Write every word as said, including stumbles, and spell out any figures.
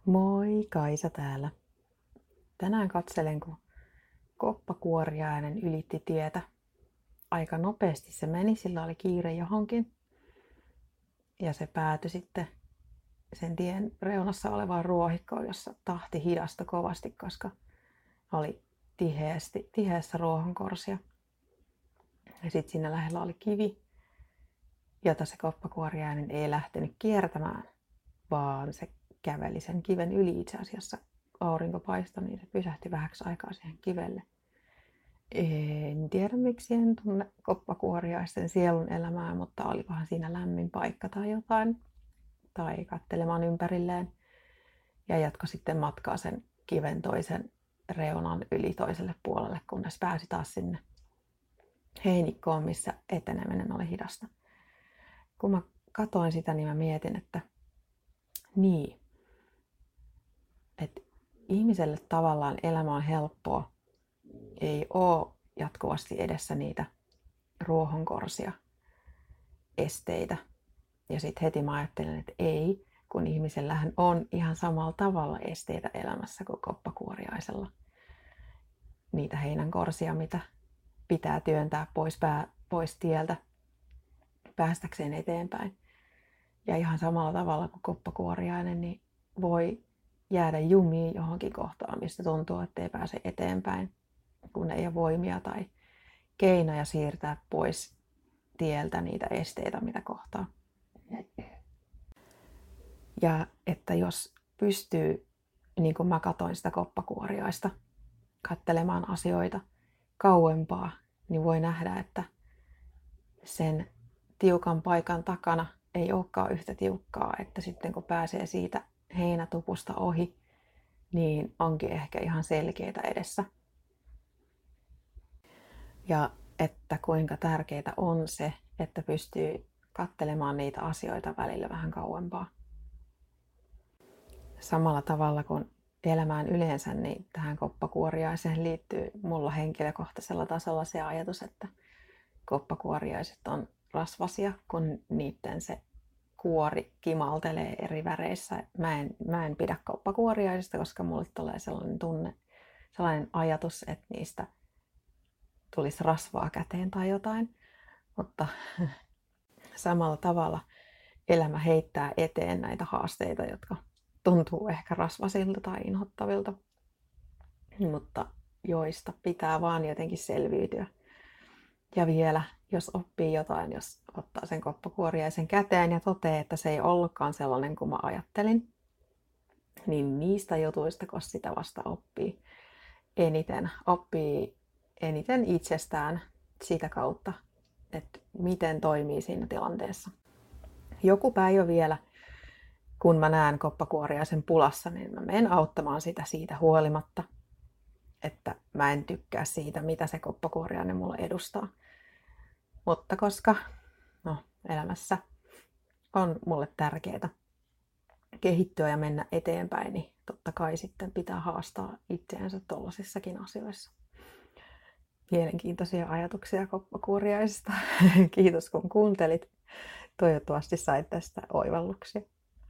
Moi, Kaisa täällä. Tänään katselen, kun koppakuoriainen ylitti tietä. Aika nopeasti se meni, sillä oli kiire johonkin. Ja se päätyi sitten sen tien reunassa olevaan ruohikkoon, jossa tahti hidastui kovasti, koska oli tiheästi, tiheässä ruohonkorsia. Ja sitten siinä lähellä oli kivi, jota se koppakuoriainen ei lähtenyt kiertämään, vaan se käveli sen kiven yli itse asiassa. Aurinko paistoi, niin se pysähtyi vähäksi aikaa siihen kivelle. En tiedä miksi en tunne koppakuoriaisten sielun elämää, mutta olikohan siinä lämmin paikka tai jotain. Tai katselemaan ympärilleen. Ja jatko sitten matkaa sen kiven toisen reunan yli toiselle puolelle, kunnes pääsi taas sinne heinikkoon, missä eteneminen oli hidasta. Kun mä katoin sitä, niin mä mietin, että niin, että ihmiselle tavallaan elämä on helppoa. Ei ole jatkuvasti edessä niitä ruohonkorsia, esteitä. Ja sitten heti mä ajattelen, että ei, kun ihmisellähän on ihan samalla tavalla esteitä elämässä kuin koppakuoriaisella. Niitä heinänkorsia, mitä pitää työntää pois, pää, pois tieltä päästäkseen eteenpäin. Ja ihan samalla tavalla kuin koppakuoriainen, niin voi jäädä jumiin johonkin kohtaan, mistä tuntuu, että ei pääse eteenpäin, kun ei ole voimia tai keinoja siirtää pois tieltä niitä esteitä, mitä kohtaa. Ja että jos pystyy, niin kuin mä katoin sitä koppakuoriaista, katselemaan asioita kauempaa, niin voi nähdä, että sen tiukan paikan takana ei olekaan yhtä tiukkaa, että sitten kun pääsee siitä heinätupusta ohi, niin onkin ehkä ihan selkeitä edessä. Ja että kuinka tärkeää on se, että pystyy katselemaan niitä asioita välillä vähän kauempaa. Samalla tavalla kuin elämään yleensä, niin tähän koppakuoriaiseen liittyy mulla henkilökohtaisella tasolla se ajatus, että koppakuoriaiset on rasvasia, kun niiden se kuori kimaltelee eri väreissä. Mä en, mä en pidä koppakuoriaisista, koska mulle tulee sellainen tunne, sellainen ajatus, että niistä tulisi rasvaa käteen tai jotain. Mutta samalla tavalla elämä heittää eteen näitä haasteita, jotka tuntuu ehkä rasvasilta tai inhottavilta, mutta joista pitää vaan jotenkin selviytyä. Ja vielä, jos oppii jotain, jos ottaa sen koppakuoriaisen käteen ja toteaa, että se ei ollutkaan sellainen kuin mä ajattelin, niin niistä jutuista, kun sitä vasta oppii eniten, oppii eniten itsestään sitä kautta, että miten toimii siinä tilanteessa. Joku päivä vielä, kun mä näen koppakuoriaisen pulassa, niin mä menen auttamaan sitä siitä huolimatta, että mä en tykkää siitä, mitä se koppakuoriainen mulle edustaa. Mutta koska no, elämässä on mulle tärkeää kehittyä ja mennä eteenpäin, niin totta kai sitten pitää haastaa itseänsä tuollaisissakin asioissa. Mielenkiintoisia ajatuksia koppakuoriaisista. Kiitos kun kuuntelit. Toivottavasti sait tästä oivalluksia.